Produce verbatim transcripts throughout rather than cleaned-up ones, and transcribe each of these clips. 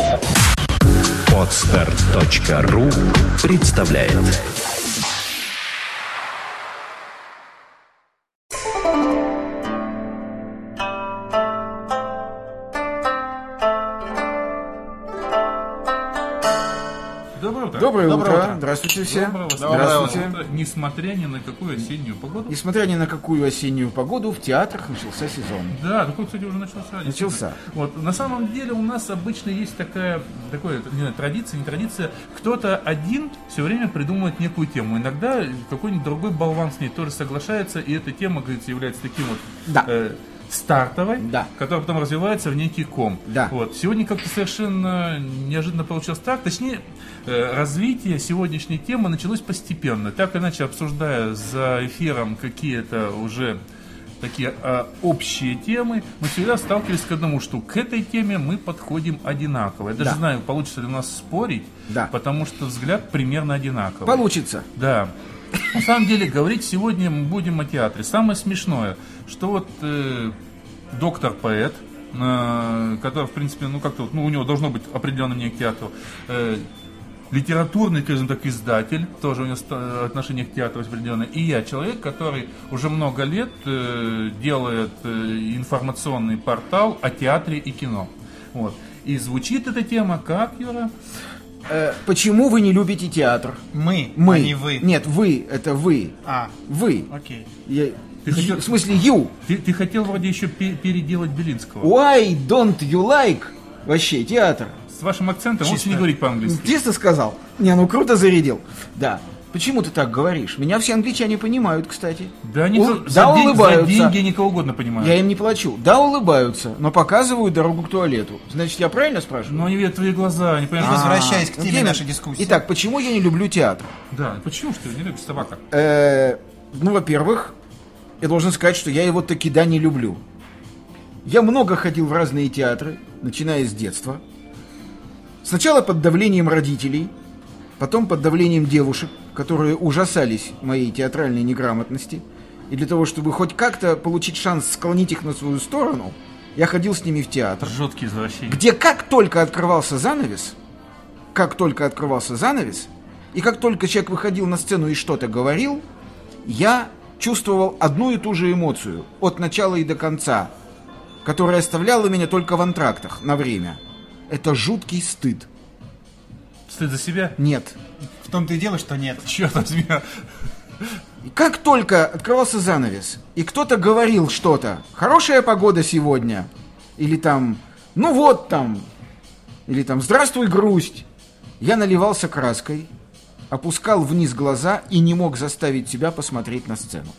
Подстер точка ру представляет. Доброе утро. Доброе, Доброе утро. утро. Здравствуйте все. Доброе Здравствуйте. утро. Несмотря ни на какую осеннюю погоду. Несмотря ни на какую осеннюю погоду, в театрах начался сезон. Да, такой, кстати, уже начался. Начался. Вот, на самом деле у нас обычно есть такая, такая не знаю, традиция, не традиция. Кто-то один все время придумывает некую тему. Иногда какой-нибудь другой болван с ней тоже соглашается, и эта тема, говорится, является таким вот... Да. Э, стартовой, Да. которая потом развивается в некий ком. Да. Вот. Сегодня как-то совершенно неожиданно получился так. Точнее, э, развитие сегодняшней темы началось постепенно. Так иначе, обсуждая за эфиром какие-то уже такие э, общие темы, мы всегда сталкивались к одному, что к этой теме мы подходим одинаково. Я даже Да. знаю, получится ли у нас спорить, Да. потому что взгляд примерно одинаковый. Получится. Да. На самом деле, говорить сегодня мы будем о театре. Самое смешное, что вот э, доктор-поэт, э, который, в принципе, ну как-то, вот, ну у него должно быть определенное мнение к театру, э, литературный, скажем так, издатель, тоже у него ста- отношение к театру определенное, и я, человек, который уже много лет э, делает э, информационный портал о театре и кино. Вот. И звучит эта тема как, Юра? Э, почему вы не любите театр? Мы, Мы. а не вы. Нет, вы, это вы. А, Вы. окей. Я- Ты хотел- В смысле, you. Ты, ты хотел вроде еще пе- переделать Белинского. Why don't you like вообще театр? С вашим акцентом лучше Чисто. не говорить по-английски. Чисто сказал. Не, ну круто зарядил. Да. Почему ты так говоришь? Меня все англичане понимают, кстати. Да они У- за, да, за день- за улыбаются. деньги они кого угодно понимают. Я им не плачу. Да, улыбаются, но показывают дорогу к туалету. Значит, я правильно спрашиваю? Но они видят твои глаза, они понимают. А, Возвращаясь к теме окей. нашей дискуссии. Итак, почему я не люблю театр? Да, почему что ты не любишь собака? Э, ну, во-первых, я должен сказать, что я его таки да не люблю. Я много ходил в разные театры, начиная с детства. Сначала под давлением родителей, потом под давлением девушек, которые ужасались моей театральной неграмотности. И для того, чтобы хоть как-то получить шанс склонить их на свою сторону, я ходил с ними в театр. Жуткие извращения. Где как только открывался занавес, как только открывался занавес, и как только человек выходил на сцену и что-то говорил, я чувствовал одну и ту же эмоцию от начала и до конца, которая оставляла меня только в антрактах на время. Это жуткий стыд. Стыд за себя? Нет. В том-то и дело, что нет. Черт возьми. И как только открывался занавес, и кто-то говорил что-то, хорошая погода сегодня, или там, ну вот там, или там, здравствуй, грусть, я наливался краской, опускал вниз глаза и не мог заставить себя посмотреть на сцену.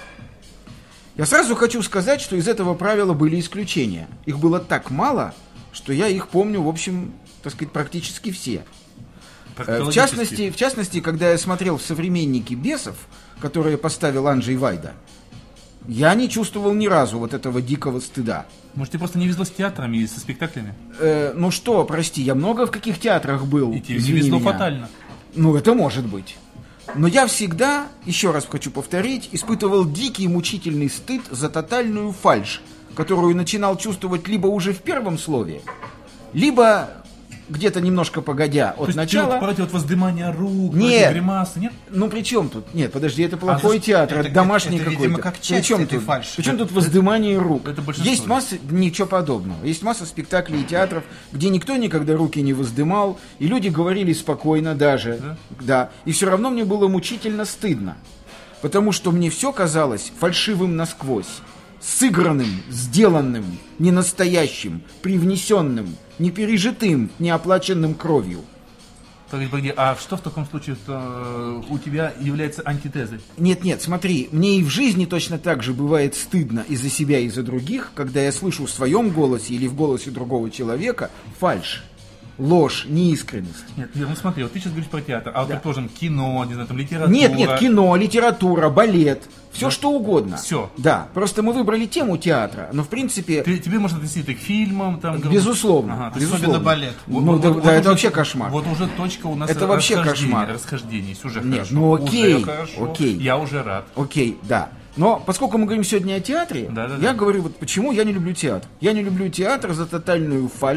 Я сразу хочу сказать, что из этого правила были исключения. Их было так мало, что я их помню, в общем, так сказать, практически все. Э, В частности, в частности, когда я смотрел в «Современники бесов», которые поставил Анджей Вайда, я не чувствовал ни разу вот этого дикого стыда. Может, тебе просто не везло с театрами и со спектаклями? Э, ну что, прости, я много в каких театрах был. И тебе не извини везло меня. фатально. Ну, это может быть. Но я всегда, еще раз хочу повторить, испытывал дикий мучительный стыд за тотальную фальшь, которую начинал чувствовать либо уже в первом слове, либо где-то немножко погодя от То есть начала. ты вот против вот воздымания рук, Нет. против гримасы, нет? Ну при чем тут? Нет, подожди, это плохой А, театр, это, это- домашний это, какой-то. видимо, как часть при чем этой тут? фальши. При чем тут воздымание рук? это большинство. Есть масса, ничего подобного. Есть масса спектаклей и театров, где никто никогда руки не воздымал, и люди говорили спокойно даже. Да? Да. И все равно мне было мучительно стыдно. Потому что мне все казалось фальшивым насквозь. Сыгранным, сделанным, ненастоящим, привнесенным, непережитым, неоплаченным кровью. Погоди, погоди, а что в таком случае э, у тебя является антитезой? Нет-нет, смотри, мне и в жизни точно так же бывает стыдно и за себя, и за других, когда я слышу в своем голосе или в голосе другого человека фальшь, ложь, неискренность. Нет, ну смотри, вот ты сейчас говоришь про театр, а вот, Да. предположим, кино, не знаю, там, литература. Нет, нет, кино, литература, балет, все Да. что угодно. Всё. Да, просто мы выбрали тему театра, но в принципе, Ты, тебе можно относиться и к фильмам, там, грубо- безусловно, Ага, то есть безусловно. особенно балет. Вот- Ну вот- да, вот да, это уже- вообще кошмар. Вот уже точка у нас Это вообще расхождения, кошмар. расхождений, уже Нет, хорошо. ну окей, Уже хорошо. окей. Я уже рад. Окей, да. Но поскольку мы говорим сегодня о театре, Да-да-да. я говорю, вот почему я не люблю театр. Я не люблю театр за тотальную фальшь,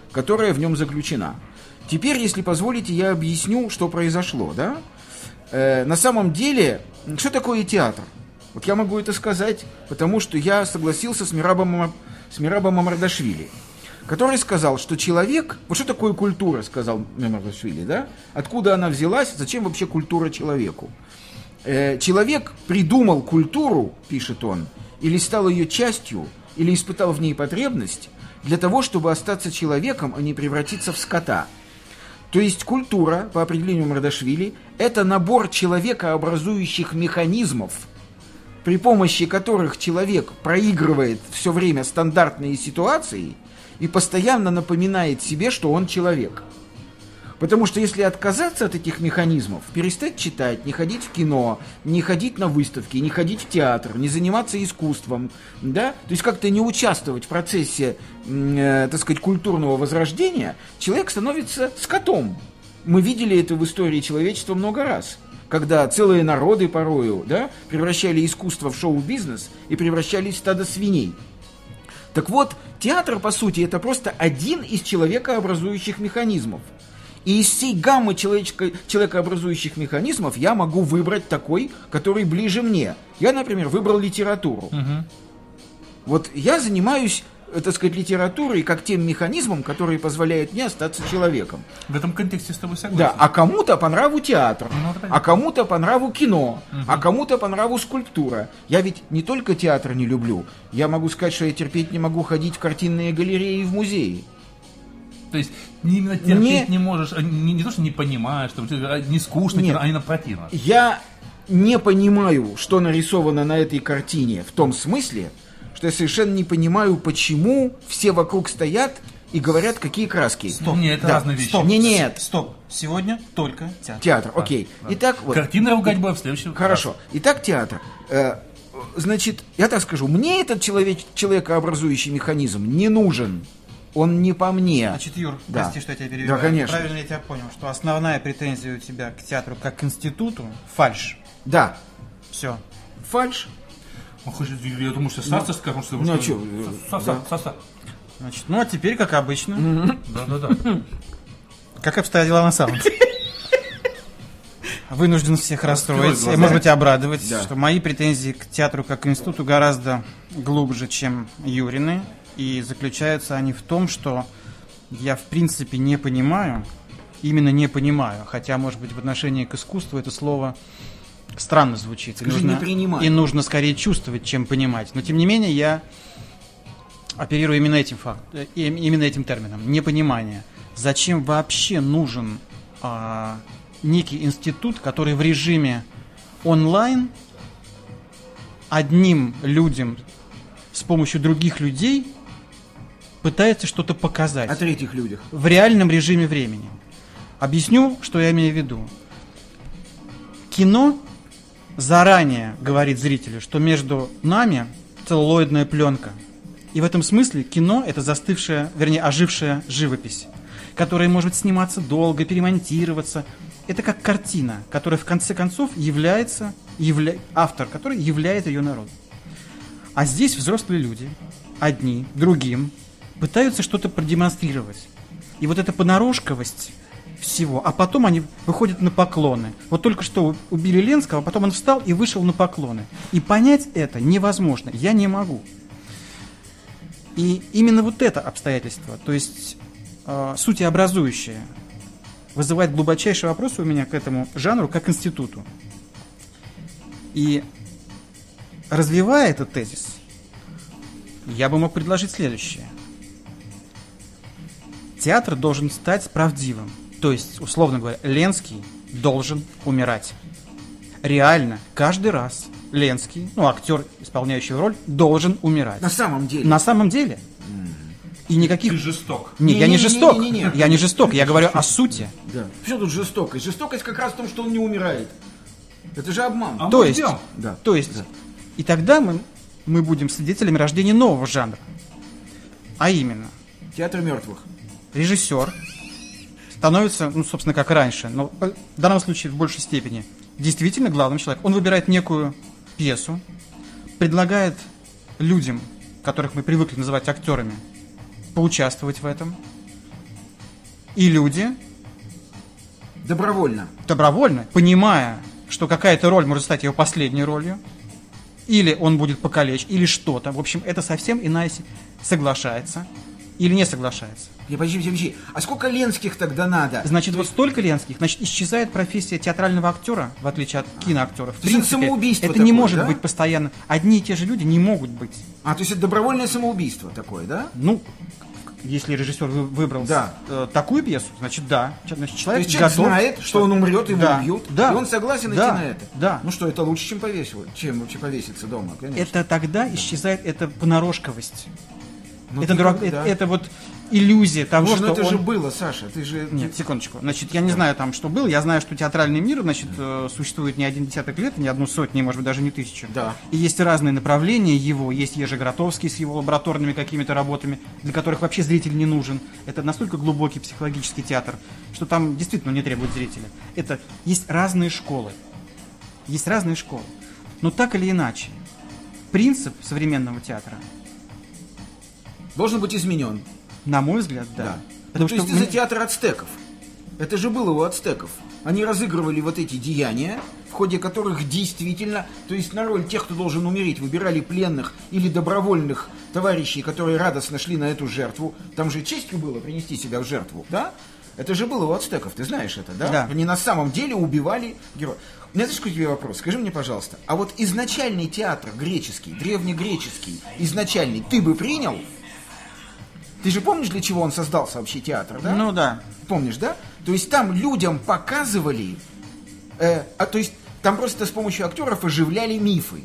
которая в нем заключена. Теперь, если позволите, я объясню, что произошло, да? Э, на самом деле, что такое театр? Вот я могу это сказать, потому что я согласился с Мирабом, с Мирабом Мамардашвили, который сказал, что человек... Вот что такое культура, сказал Мамардашвили, да? Откуда она взялась, зачем вообще культура человеку? Э, человек придумал культуру, пишет он, или стал ее частью, или испытал в ней потребность, для того, чтобы остаться человеком, а не превратиться в скота. То есть культура, по определению Мамардашвили, это набор человекообразующих механизмов, при помощи которых человек проигрывает все время стандартные ситуации и постоянно напоминает себе, что он человек. Потому что если отказаться от этих механизмов, перестать читать, не ходить в кино, не ходить на выставки, не ходить в театр, не заниматься искусством, да, то есть как-то не участвовать в процессе, э, так сказать, культурного возрождения, человек становится скотом. Мы видели это в истории человечества много раз, когда целые народы порою, да, превращали искусство в шоу-бизнес и превращались в стадо свиней. Так вот, театр, по сути, это просто один из человекообразующих механизмов. И из всей гаммы человекообразующих механизмов я могу выбрать такой, который ближе мне. Я, например, выбрал литературу. Угу. Вот я занимаюсь, так сказать, литературой как тем механизмом, который позволяет мне остаться человеком. В этом контексте с тобой согласен. Да, а кому-то по нраву театр, ну, а кому-то по нраву кино, угу. а кому-то по нраву скульптура. Я ведь не только театр не люблю, я могу сказать, что я терпеть не могу ходить в картинные галереи и в музеи. То есть не именно терпеть Мне... не можешь, не, не то, что не понимаешь, что не скучно, Нет. а именно противно. Я не понимаю, что нарисовано на этой картине, в том смысле, что я совершенно не понимаю, почему все вокруг стоят и говорят, какие краски. Стоп, не, это да. разные вещи. Стоп. Не, нет. Стоп, сегодня только театр. Театр, да, окей. Да. Итак, вот. Картина ругать будем в следующем. Хорошо. Итак, театр. Э, значит, я так скажу, мне этот человек, человекообразующий механизм не нужен. Он не по мне. Значит, Юр, да. прости, что я тебя перебиваю. Да, конечно. Правильно я тебя понял, что основная претензия у тебя к театру как к институту – фальшь. Да. Все. Фальшь. Он хочет, я думаю, что Саса скажем, что... Ну, что? Саса, Саса. Значит, ну, а теперь, как обычно. Да-да-да. Как обстоят дела на самом деле? Вынужден всех расстроить, глаза. и, может быть, обрадовать, Да. что мои претензии к театру как к институту гораздо глубже, чем Юрины. И заключаются они в том, что я в принципе не понимаю, именно не понимаю, хотя, может быть, в отношении к искусству это слово странно звучит. Скажи, и нужно, не принимай. и нужно скорее чувствовать, чем понимать. Но, тем не менее, я оперирую именно этим фактом, именно этим термином, непонимание. Зачем вообще нужен а, некий институт, который в режиме онлайн одним людям с помощью других людей пытается что-то показать. О третьих людях. В реальном режиме времени. Объясню, что я имею в виду. Кино заранее говорит зрителю, что между нами целлулоидная пленка. И в этом смысле кино – это застывшая, вернее, ожившая живопись, которая может сниматься долго, перемонтироваться. Это как картина, которая в конце концов является, явля... автор которой являет ее народом. А здесь взрослые люди, одни, другим, пытаются что-то продемонстрировать. И вот эта понарошковость всего, а потом они выходят на поклоны. Вот только что убили Ленского, а потом он встал и вышел на поклоны. И понять это невозможно, я не могу. И именно вот это обстоятельство, то есть э, сутеобразующее, вызывает глубочайшие вопросы у меня к этому жанру, как к институту. И развивая этот тезис, я бы мог предложить следующее. Театр должен стать правдивым. То есть, условно говоря, Ленский должен умирать. Реально, каждый раз Ленский, ну, актер, исполняющий роль, должен умирать. На самом деле. На самом деле. И никаких... Ты жесток. Не, я не жесток. Не, не, не, не. Я не жесток, я говорю о сути. Да. Что тут жестокость? Жестокость как раз в том, что он не умирает. Это же обман. А То мы есть, ждем. Да. то есть, Да. и тогда мы, мы будем свидетелями рождения нового жанра. А именно, Театр мертвых. режиссер становится, ну, собственно, как раньше, но в данном случае в большей степени действительно главным человеком. Он выбирает некую пьесу, предлагает людям, которых мы привыкли называть актерами, поучаствовать в этом. И люди Добровольно. добровольно, понимая, что какая-то роль может стать его последней ролью, или он будет покалечен, или что-то. В общем, это совсем иная... си- Соглашается или не соглашается. Не, подожди, подожди, подожди. А сколько Ленских тогда надо? Значит, вот столько Ленских, значит, исчезает профессия театрального актера, в отличие от киноактера. В То есть это принципе, самоубийство это такое, не может да? быть постоянно. Одни и те же люди не могут быть. А, то есть это добровольное самоубийство такое, да? Ну, если режиссер вы- выбрал Да. э, такую пьесу, значит, да. Ч- Значит, То человек есть человек готов. знает, что он умрет, его Да, убьют, да, и он согласен да, идти на это. да. Ну что, это лучше, чем повесил, чем вообще повеситься дома, конечно. Это тогда исчезает эта понарошковость. Ну, это, ты дурак- как, это, да. это вот иллюзия того, Слушай, ну что это он... же было, Саша, ты же... Нет, секундочку. Значит, я не знаю там, что было. Я знаю, что театральный мир, значит, э, существует не один десяток лет, не одну сотню, может быть, даже не тысячу. Да. И есть разные направления его. Есть Ежи Гротовский с его лабораторными какими-то работами, для которых вообще зритель не нужен. Это настолько глубокий психологический театр, что там действительно не требует зрителя. Это есть разные школы. Есть разные школы. Но так или иначе, принцип современного театра, Должен быть изменен. на мой взгляд, да. Да. Потому Ну, то что есть ты мне- за театр ацтеков. Это же было у ацтеков. Они разыгрывали вот эти деяния, в ходе которых действительно, то есть на роль тех, кто должен умереть, выбирали пленных или добровольных товарищей, которые радостно шли на эту жертву. Там же честью было принести себя в жертву, да? Это же было у ацтеков, ты знаешь это, да? Да. Они на самом деле убивали героя. У меня, знаешь, какой тебе вопрос? Скажи мне, пожалуйста, а вот изначальный театр греческий, древнегреческий, изначальный, ты бы принял? Ты же помнишь, для чего он создался вообще театр, да? Ну да. Помнишь, да? То есть там людям показывали, э, а то есть там просто с помощью актеров оживляли мифы.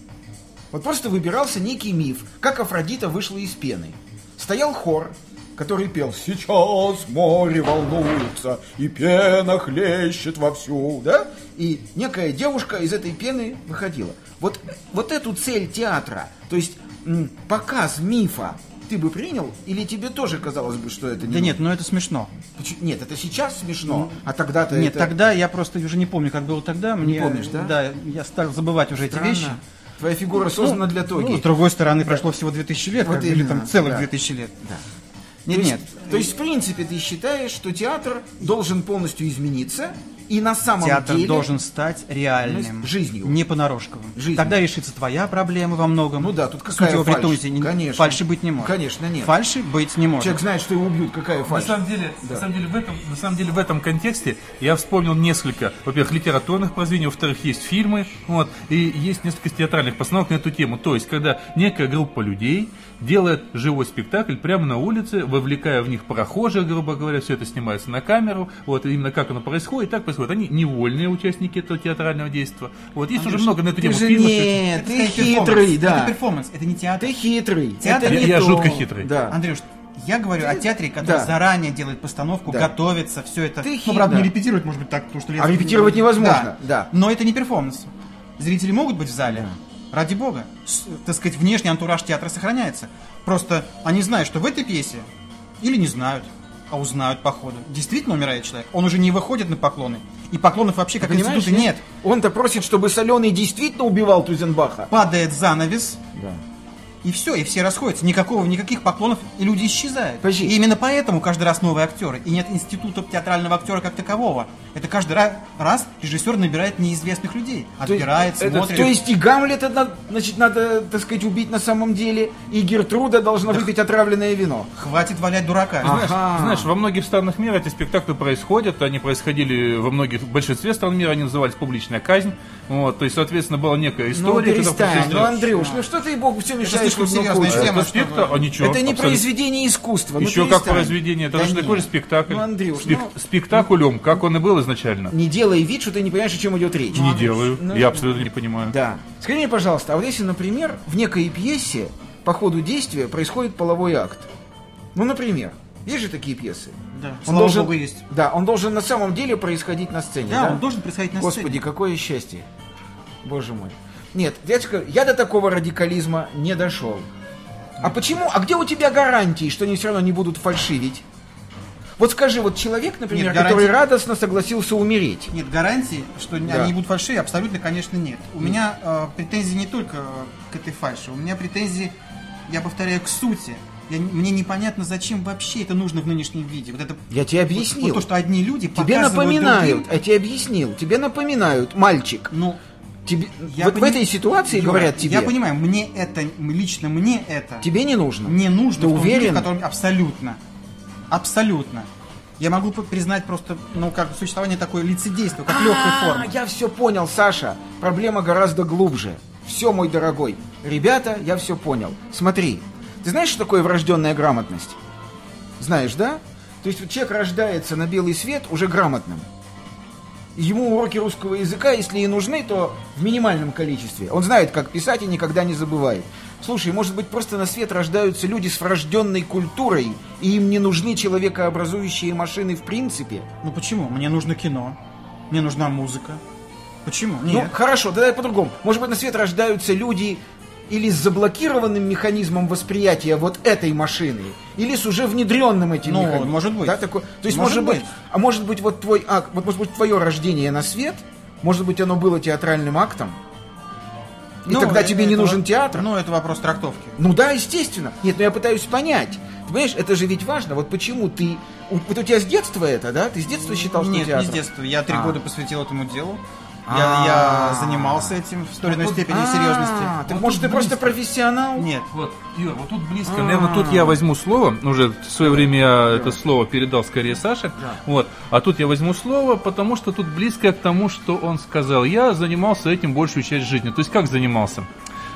Вот просто выбирался некий миф, как Афродита вышла из пены. Стоял хор, который пел «Сейчас море волнуется, и пена хлещет вовсю», да? И некая девушка из этой пены выходила. Вот, вот эту цель театра, то есть м, показ мифа, ты бы принял, или тебе тоже казалось бы, что это не Да нет, нужно? ну это смешно. Почему- Нет, это сейчас смешно, а тогда-то Нет, это... тогда я просто уже не помню, как было тогда. Мне, помнишь, да? Да, я стал забывать уже Странно. эти вещи. Твоя фигура создана для тоги. Ну, с другой стороны, прошло всего две тысячи лет, Вот как бы, или там именно, целых да. две тысячи лет. Да. Нет, то есть, нет. То есть, в принципе, ты считаешь, что театр должен полностью измениться, и на самом Театр деле... должен стать реальным. Ну, жизнью. Не понарошковым. Жизнью. Тогда решится твоя проблема во многом. Ну да, тут Суть какая его фальшь? претензий. Не- Конечно. Фальши быть не может. Конечно, нет. Фальши быть не может. Человек знает, что его убьют, какая На фальшь. самом деле, Да. на самом деле в этом, на самом деле в этом контексте я вспомнил несколько, во-первых, литературных произведений, во-вторых, есть фильмы, вот, и есть несколько театральных постановок на эту тему. То есть, когда некая группа людей делает живой спектакль прямо на улице, вовлекая в них прохожих, грубо говоря, все это снимается на камеру, вот, и именно как оно происходит, так происходит. Они невольные участники этого театрального действия. Вот, есть уже много на эту Ты тему же фильмов. нет, Это ты скорее перформанс. хитрый, да. Это перформанс, это не театр. Ты хитрый. Театр- Это Я- не я то. жутко хитрый. Да. Андрюш, я говорю о театре, который Да. заранее делает постановку, Да. готовится, все это. Ты Ну, хи- правда, да. не репетирует, может быть, так, потому что... А репетировать невозможно, да. Но это не перформанс. Зрители могут быть в зале. Ради бога. С- так сказать, внешний антураж театра сохраняется. Просто они знают, что в этой пьесе, или не знают, а узнают по ходу, действительно умирает человек. Он уже не выходит на поклоны. И поклонов вообще как Понимаешь, института нет. Он-то просит, чтобы Соленый действительно убивал Тузенбаха. Падает занавес, Да. и все, и все расходятся. Никакого, никаких поклонов, и люди исчезают. Подожди. И именно поэтому каждый раз новые актеры. И нет института театрального актера как такового. Это каждый ра- раз режиссер набирает неизвестных людей. То есть, Отбирает, это- смотрит. то есть и Гамлета, на- значит, надо, так сказать, убить на самом деле, и Гертруда должна выпить отравленное вино. Хватит валять дурака. Ага. Знаешь, знаешь, во многих странах мира эти спектакли происходят, они происходили во многих, в большинстве стран мира, они назывались публичная казнь. Вот, то есть, соответственно, была некая Ну, история. когда перестань, присутствует- ну, Андрюш, ну что ты, Богу, все мешаешь слишком в одну серьезная кучу? тема. Это спектакль, а ничего. Это не абсолютно. произведение искусства. ну, Еще как перестань. произведение, это Да же нет. такой же спектакль. Ну, Андрюш, Спек- ну- Спектаклем, как он и был изначально. Не делай вид, что ты не понимаешь, о чем идет речь. Не делаю, ну, я абсолютно не понимаю. Да. Скажи мне, пожалуйста, а вот если, например, в некой пьесе по ходу действия происходит половой акт. Ну, например, есть же такие пьесы. Да, Он слава должен, богу, есть. Да, он должен на самом деле происходить на сцене. Да, Да, он должен происходить на Господи, сцене. какое счастье. Боже мой. Нет, я, тебе скажу, я до такого радикализма не дошел. А почему? А где у тебя гарантии, что они все равно не будут фальшивить? Вот скажи, вот человек, например, Нет, гарантий- который радостно согласился умереть. Нет, гарантии, что Да. они не будут фальшивые, абсолютно, конечно, нет. У меня э, претензии не только к этой фальши, у меня претензии, я повторяю, к сути Я, мне непонятно, зачем вообще это нужно в нынешнем виде. Вот это, Я тебе объяснил. Вот, вот то, что одни люди тебе показывают напоминают, другим... я тебе объяснил, тебе напоминают, мальчик. Ну, тебе, я вот поним... в этой ситуации Юра, говорят тебе. Я понимаю, мне это, лично мне это... Тебе не нужно. Не нужно. Ты в том уверен? виде, в котором абсолютно. Абсолютно. Я могу признать просто, ну, как существование такое лицедейства, как легкой формы. Я все понял, Саша. Проблема гораздо глубже. Все, мой дорогой. Ребята, я все понял. Смотри, ты знаешь, что такое врожденная грамотность? Знаешь, да? То есть вот человек рождается на белый свет уже грамотным. Ему уроки русского языка, если и нужны, то в минимальном количестве. Он знает, как писать и никогда не забывает. Слушай, может быть, просто на свет рождаются люди с врожденной культурой, и им не нужны человекообразующие машины в принципе? Ну почему? Мне нужно кино. Мне нужна музыка. Почему? Нет. Ну, хорошо, давай по-другому. Может быть, на свет рождаются люди или с заблокированным механизмом восприятия вот этой машины, или с уже внедренным этим Ну, механизмом. может быть. Да, такой, то есть, Может может, быть, быть. а может быть, вот твой акт, вот, может быть, твое рождение на свет, может быть, оно было театральным актом, и Ну, тогда тебе не это нужен во- театр? Ну, это вопрос трактовки. Ну да, естественно. Нет, но я пытаюсь понять. Ты понимаешь, это же ведь важно. Вот почему ты... у- Вот у тебя с детства это, да? Ты с детства считал, что Нет, театр? не с детства. Я три А. года посвятил этому делу. А. Я, я занимался этим в той или иной степени А, серьезности. так Вот может, тут ты просто близко. профессионал? Нет. Вот, Юр, вот тут близко. Наверное, тут я возьму слово. Уже в свое время я это слово передал скорее Саше. Вот. А тут я возьму слово, потому что тут близко к тому, что он сказал. Я занимался этим большую часть жизни. То есть как занимался?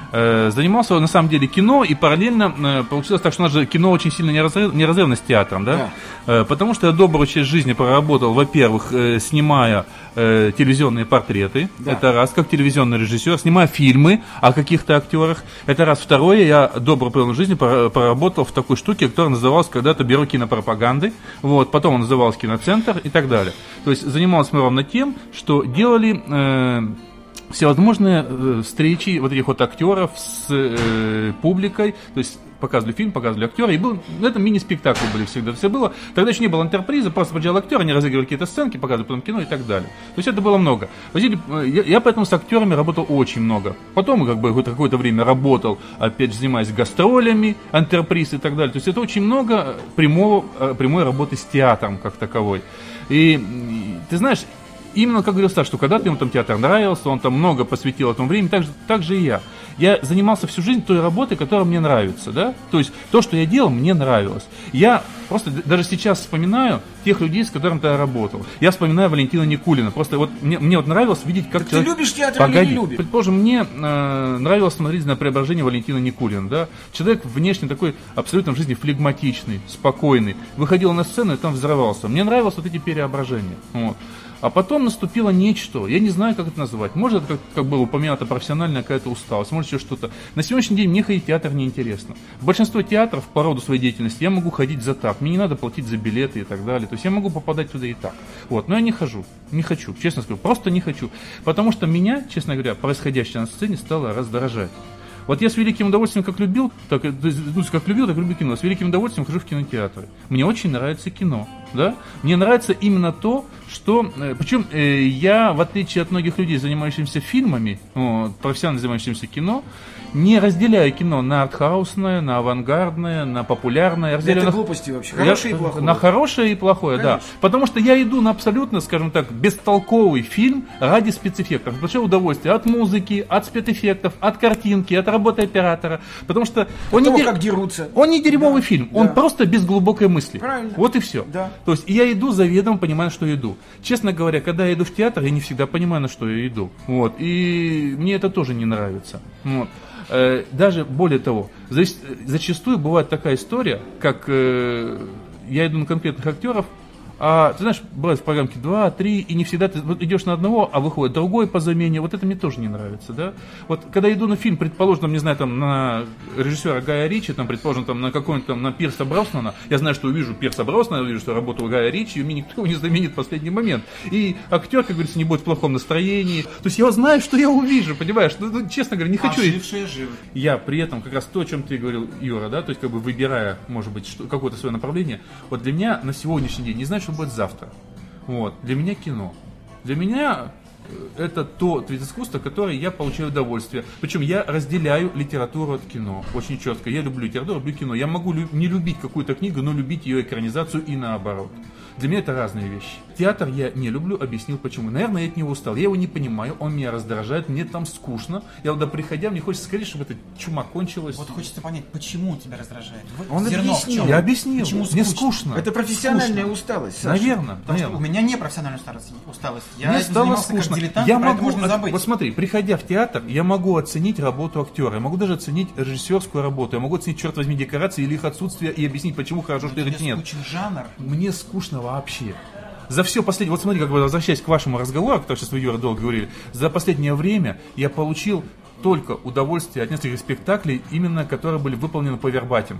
Э, Занимался на самом деле кино, и параллельно э, получилось так, что у нас же кино очень сильно неразрыв- неразрывно с театром, да? Э, Потому что я добрую часть жизни проработал, во-первых, э, снимая э, телевизионные портреты, Да. это раз, как телевизионный режиссер, снимая фильмы о каких-то актерах, это раз. Второе, я добрую половину жизни пора- проработал в такой штуке, которая называлась когда-то Бюро кинопропаганды, вот, потом он назывался Киноцентр и так далее. То есть занимался мы ровно тем, что делали... э, всевозможные э, встречи вот этих вот актеров с э, публикой, то есть показывали фильм, показывали актера, и был, ну, это мини-спектакль были всегда, все было, тогда еще не было интерприза, просто приезжал актер, они разыгрывали какие-то сценки, показывали потом кино и так далее. То есть это было много. Возили, э, я, я поэтому с актерами работал очень много. Потом как бы какое-то, какое-то время работал, опять же, занимаясь гастролями, интерприз и так далее. То есть это очень много прямого, э, прямой работы с театром как таковой. И, и ты знаешь, именно, как говорил Саша, что когда-то ему там театр нравился, он там много посвятил этому времени, так же, так же и я. Я занимался всю жизнь той работой, которая мне нравится, да? То есть то, что я делал, мне нравилось. Я просто даже сейчас вспоминаю тех людей, с которыми я работал. Я вспоминаю Валентина Никулина. Просто вот мне, мне вот нравилось видеть, как Так человек... ты любишь театр Погоди. или не любишь? Предположим, мне э, нравилось смотреть на преображение Валентина Никулина, да? Человек внешне такой абсолютно в жизни флегматичный, спокойный. Выходил на сцену и там взрывался. Мне нравилось вот эти преображения. Вот. А потом наступило нечто, я не знаю, как это назвать. Может, это, как, как было упомянуто, профессиональная какая-то усталость, может, еще что-то. На сегодняшний день мне ходить в театр неинтересно. В большинство театров по роду своей деятельности я могу ходить за так. Мне не надо платить за билеты и так далее. То есть я могу попадать туда и так. Вот. Но я не хожу. Не хочу, честно скажу. Просто не хочу. Потому что меня, честно говоря, происходящее на сцене стало раздражать. Вот я с великим удовольствием как любил, так, ну, как любил, так люблю кино. С великим удовольствием хожу в кинотеатры. Мне очень нравится кино, да? Мне нравится именно то, что... Причем э, я, в отличие от многих людей, занимающихся фильмами, вот, профессионально занимающихся кино, не разделяю кино на артхаусное, на авангардное, на популярное. Я разделяю Это на... глупости вообще. Хорошее Я- и плохое. На хорошее и плохое, Конечно. да. Потому что я иду на абсолютно, скажем так, бестолковый фильм ради спецэффектов. Большое удовольствие от музыки, от спецэффектов, от картинки, от работы оператора. Потому что он, Того, не, дер- как дерутся. он не дерьмовый фильм, он да. просто без глубокой мысли. Правильно. Вот и все. Да. То есть я иду заведомо, понимаю, что иду. Честно говоря, когда я иду в театр, я не всегда понимаю, на что я иду. Вот. И мне это тоже не нравится. Вот. Э, Даже более того, за- зачастую бывает такая история, как э, я иду на конкретных актеров, а ты знаешь, бывает в программке два, три, и не всегда ты вот идешь на одного, а выходит другой по замене. Вот это мне тоже не нравится, да. Вот когда иду на фильм, предположим, не знаю, там на режиссера Гая Ричи, там, предположим, там на какой-нибудь там на Пирса Броснана, я знаю, что увижу Пирса Броснана, увижу, что работал Гая Ричи, и мне никто его не заменит в последний момент. И актер, как говорится, не будет в плохом настроении. То есть я знаю, что я увижу, понимаешь? Ну, ну, честно говоря, не хочу. Ожившая живопись. Я при этом как раз то, о чем ты говорил, Юра, да, то есть как бы выбирая, может быть, что, какое-то свое направление, вот для меня на сегодняшний день, не знаю, что будет завтра. Вот, для меня кино. Для меня это тот вид искусства, который я получаю удовольствие. Причем я разделяю литературу от кино очень четко. Я люблю литературу, люблю кино. Я могу лю- не любить какую-то книгу, но любить ее экранизацию и наоборот. Для меня это разные вещи. Театр я не люблю, объяснил почему. Наверное, я от него устал. Я его не понимаю, он меня раздражает, мне там скучно. Я туда приходя, мне хочется скорее, чтобы эта чума кончилась. Вот хочется понять, почему тебя раздражает. Вот Он зерно в объяснил. чем? Я объяснил. Почему Мне скучно? скучно. Это профессиональная Скучно. усталость, Саша. Наверное. Потому что у наверное. меня не профессиональная усталость. усталость. Я Мне этим стало занимался скучно. как дилетант, Я про это могу, можно от- забыть. вот смотри, приходя в театр, я могу оценить работу актера, я могу даже оценить режиссерскую работу, я могу оценить, черт возьми, декорации или их отсутствие и объяснить, почему хорошо, что Тебе их нет. скучен жанр. Мне скучно вообще. За все последнее, вот смотри, как бы возвращаясь к вашему разговору, который сейчас вы, Юра, долго говорили, за последнее время я получил только удовольствие от нескольких спектаклей, именно которые были выполнены по вербатим.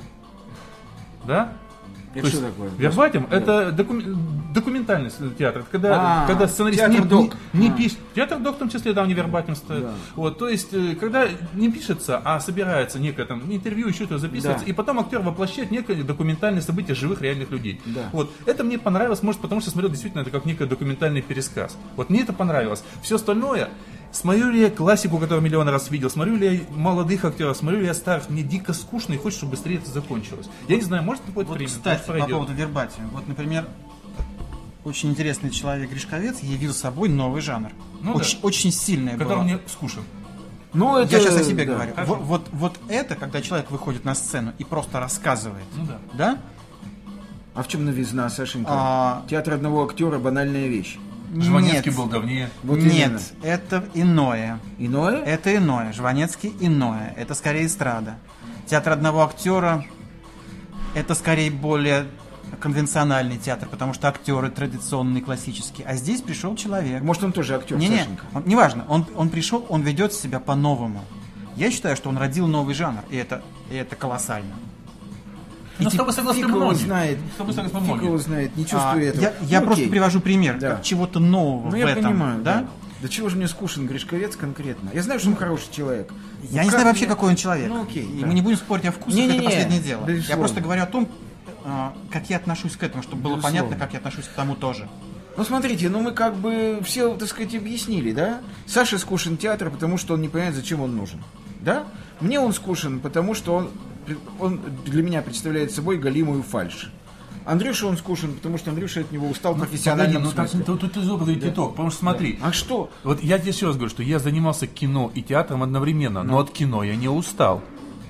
Да? Это То что есть такое? вербатим это докуми- документальный театр, это когда, А, когда сценарист театр не, док. не, не А. пишет. Театр док в том числе, да, не вербатим стоит. Да. Вот, то есть, э, когда не пишется, а собирается некое там интервью, еще что-то записывается, Да. и потом актер воплощает некое документальное событие живых реальных людей. Да. Вот, это мне понравилось, может, потому что смотрел действительно это как некий документальный пересказ. Вот мне это понравилось. Все остальное. Смотрю ли я классику, которую миллион раз видел, смотрю ли я молодых актеров, смотрю ли я старых, мне дико скучно и хочется, чтобы быстрее это закончилось. Я не знаю, может какое-то Вот, время, кстати, может, по пройдет. поводу вербатия. Вот, например, очень интересный человек Гришковец явил собой новый жанр. Ну очень, да. очень сильное Который было. мне скучен. Ну, это, Я сейчас о себе да. говорю. Хорошо. Вот, вот, вот это, когда человек выходит на сцену и просто рассказывает, Ну да. да? А в чем новизна, Сашенька? А- Театр одного актера — банальная вещь. Жванецкий Нет. был давнее. Вот Нет, именно. это иное. Иное? Это иное. Жванецкий иное. Это скорее эстрада. Театр одного актера это скорее более конвенциональный театр, потому что актеры традиционные, классические. А здесь пришел человек. Может, он тоже актер, Не-не, Сашенька? он- неважно. Он, он пришел, он ведет себя по-новому. Я считаю, что он родил новый жанр, и это, и это колоссально. Ну, с тобой согласны Фиг его многие. знает. С тобой согласны Фиг его многие. знает, не А, чувствую этого. я я Ну, просто окей. привожу пример Да. как чего-то нового Ну, в я этом. понимаю, да? да. Да чего же мне скучен Гришковец конкретно? Я знаю, что он хороший человек. Я Ну, не как знаю вообще, мне- какой он человек. Ну, окей, И да. мы не будем спорить о вкусах, Не-не-не, это последнее дело. Я безусловно. просто говорю о том, а, как я отношусь к этому, чтобы было Безусловно. понятно, как я отношусь к тому тоже. Ну, смотрите, ну мы как бы все, так сказать, объяснили, да? Саше скучен театр, потому что он не понимает, зачем он нужен. Да? Мне он скучен, потому что он, он для меня представляет собой галимую фальшь. Андрюша он скучен, потому что Андрюша от него устал в профессиональном ну, так, смысле. тут, тут из опыта идти итог, потому что смотри, А что? вот я тебе еще раз говорю, что я занимался кино и театром одновременно, но от кино я не устал.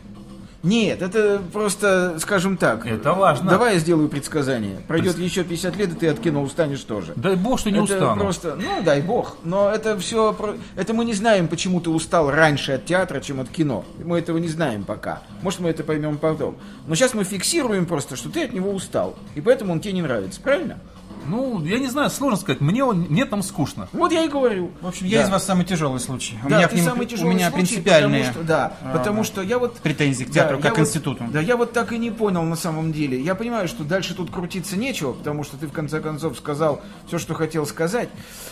Нет, это просто, скажем так. Это важно. Давай я сделаю предсказание. Пройдет еще пятьдесят лет, и ты от кино устанешь тоже. Дай бог, что не это устану. просто, ну дай бог, но это все, это мы не знаем, почему ты устал раньше от театра, чем от кино. Мы этого не знаем пока. Может, мы это поймем потом. Но сейчас мы фиксируем просто, что ты от него устал, и поэтому он тебе не нравится, правильно? Ну, я не знаю, сложно сказать, мне, он, мне там скучно. Вот я и говорю. В общем, я Да. из вас самый тяжелый случай. У Да, меня, ты к ним- самый у тяжелый меня случай, принципиальные потому что, да, а, потому что я вот претензии к Да, театру, я как к вот- институту. Да, я вот так и не понял на самом деле. Я понимаю, что дальше тут крутиться нечего, потому что ты в конце концов сказал все, что хотел сказать.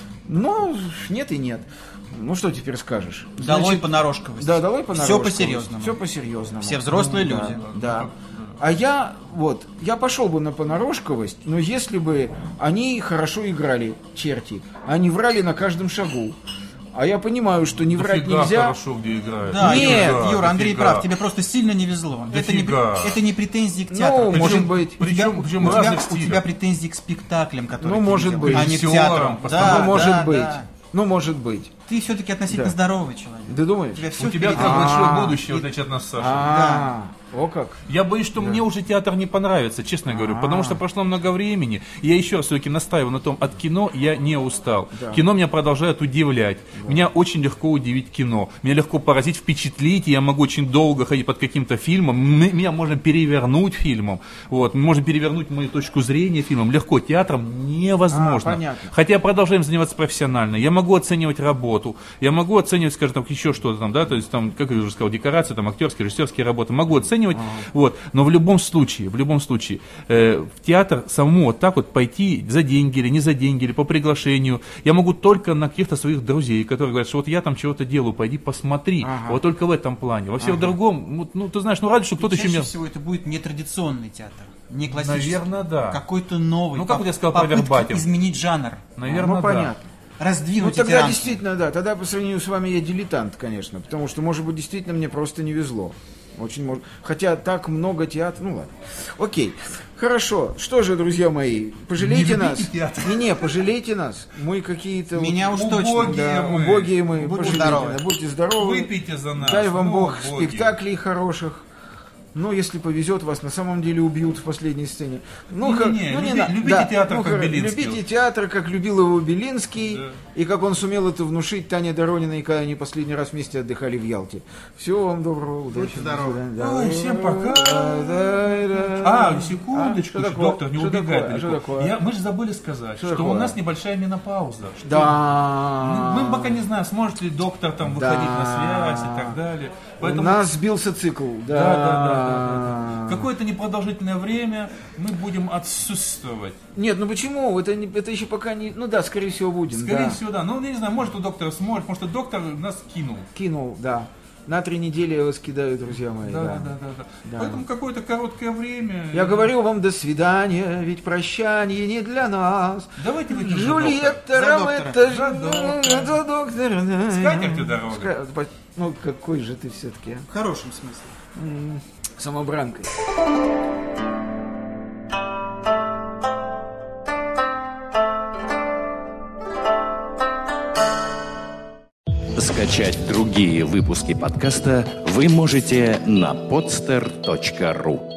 Но нет и нет. Ну что теперь скажешь? Долой Значит, понарошковость. Да, давай по Все по-серьезному. Все по-серьезному. Все взрослые Ну, люди. Да. да. А я, вот, я пошел бы на понарошковость, но если бы они хорошо играли, черти, они врали на каждом шагу. А я понимаю, что не врать Дофига нельзя. хорошо, где играет. Да, Нет, Юра, Юра, Андрей дофига. прав, тебе просто сильно не везло. Это не, Дофига. это не претензии к Ну, театру. может Причем- быть. У тебя, Причем, причем у, тебя, разных у стилях. тебя претензии к спектаклям, которые Ну, ты может видел, быть. а не к Режиссерам, театру. постановкам. Ну, может да, быть. да. Ну, может быть. Ты все-таки относительно Да. здоровый человек. Ты думаешь? У тебя все У тебя как А, большое будущее, в отличие от нас, Саша. А, о как. Я боюсь, что мне уже театр не понравится, честно говорю, потому что прошло много времени. И я еще раз все-таки настаиваю на том, от кино я не устал. Кино меня продолжает удивлять. Меня очень легко удивить кино. Меня легко поразить, впечатлить. И я могу очень долго ходить под каким-то фильмом. М- Меня можно перевернуть фильмом. Вот. Можно перевернуть мою точку зрения фильмом. Легко. Театром невозможно. А, понятно. Хотя я продолжаем заниматься профессионально. Я могу оценивать работу. Я могу оценивать, скажем, там, еще что-то там, да, то есть там, как я уже сказал, декорации, там, актерские, режиссерские работы. Могу оценивать. Вот. Но в любом случае, в любом случае, э, в театр самому вот так вот пойти за деньги или не за деньги, или по приглашению, я могу только на каких-то своих друзей, которые говорят, что вот я там чего-то делаю, пойди посмотри. Ага. Вот только в этом плане. Во всем другом, ну, ну, ты знаешь, ну, ради, что кто-то еще Чаще меня... всего это будет нетрадиционный театр, не классический. Наверное, да. Какой-то новый. Ну, как поп- вот я сказал про попытка вербатим. изменить жанр. Наверное, Ну, да. понятно. Ну раздвинуть эти тогда рамки. действительно, да, тогда по сравнению с вами я дилетант, конечно, потому что, может быть, действительно мне просто не везло. Очень может. Хотя так много театров. Ну ладно. Окей. Хорошо. Что же, друзья мои, пожалейте Не нас. любите театр. Не-не, пожалейте нас. Мы какие-то. Меня вот, уж точно. убогие. да, мы. убогие мы. Будьте Пожалейте здоровы. нас. Будьте здоровы. Выпейте за нас. Дай вам ну, Бог боги. спектаклей хороших. Ну, если повезет, вас на самом деле убьют в последней сцене. Ну, Не-не-не, ха- ну, люби- на- любите да, театр, ну, как хоро- Белинский. Любите театр, как любил его Белинский, Да. и как он сумел это внушить Тане Дорониной, когда они последний раз вместе отдыхали в Ялте. Всего вам доброго, удачи. Будьте здоровы. До свидания. Ой, всем пока. А, А, секундочку, что еще, такое? доктор, не Что убегай такое? Что далеко. такое? Я, мы же забыли сказать, Что что такое? у нас небольшая менопауза. Что Да. Мы пока не знаем, сможет ли доктор там выходить Да. на связь и так далее. У Поэтому нас сбился цикл. Да, да, да, да, да, да. Какое-то непродолжительное время мы будем отсутствовать. Нет, ну почему? Это, не- это еще пока не... Ну да, скорее всего будем. Скорее да. всего, да. Ну, не знаю, может, у доктора сможет, может, доктор нас кинул. Кинул, да. На три недели я вас кидаю, друзья мои. Да, да. да, да, да, да. Да. Поэтому какое-то короткое время. Я говорю вам до свидания, ведь прощание не для нас. Давайте выйдем за Джульетта За Рометта, доктора. За доктора. за доктора. да. С катертью дорога. Ска- по- Ну, какой же ты все-таки, В хорошем смысле. самобранкой. Скачать другие выпуски подкаста вы можете на podster точка ру.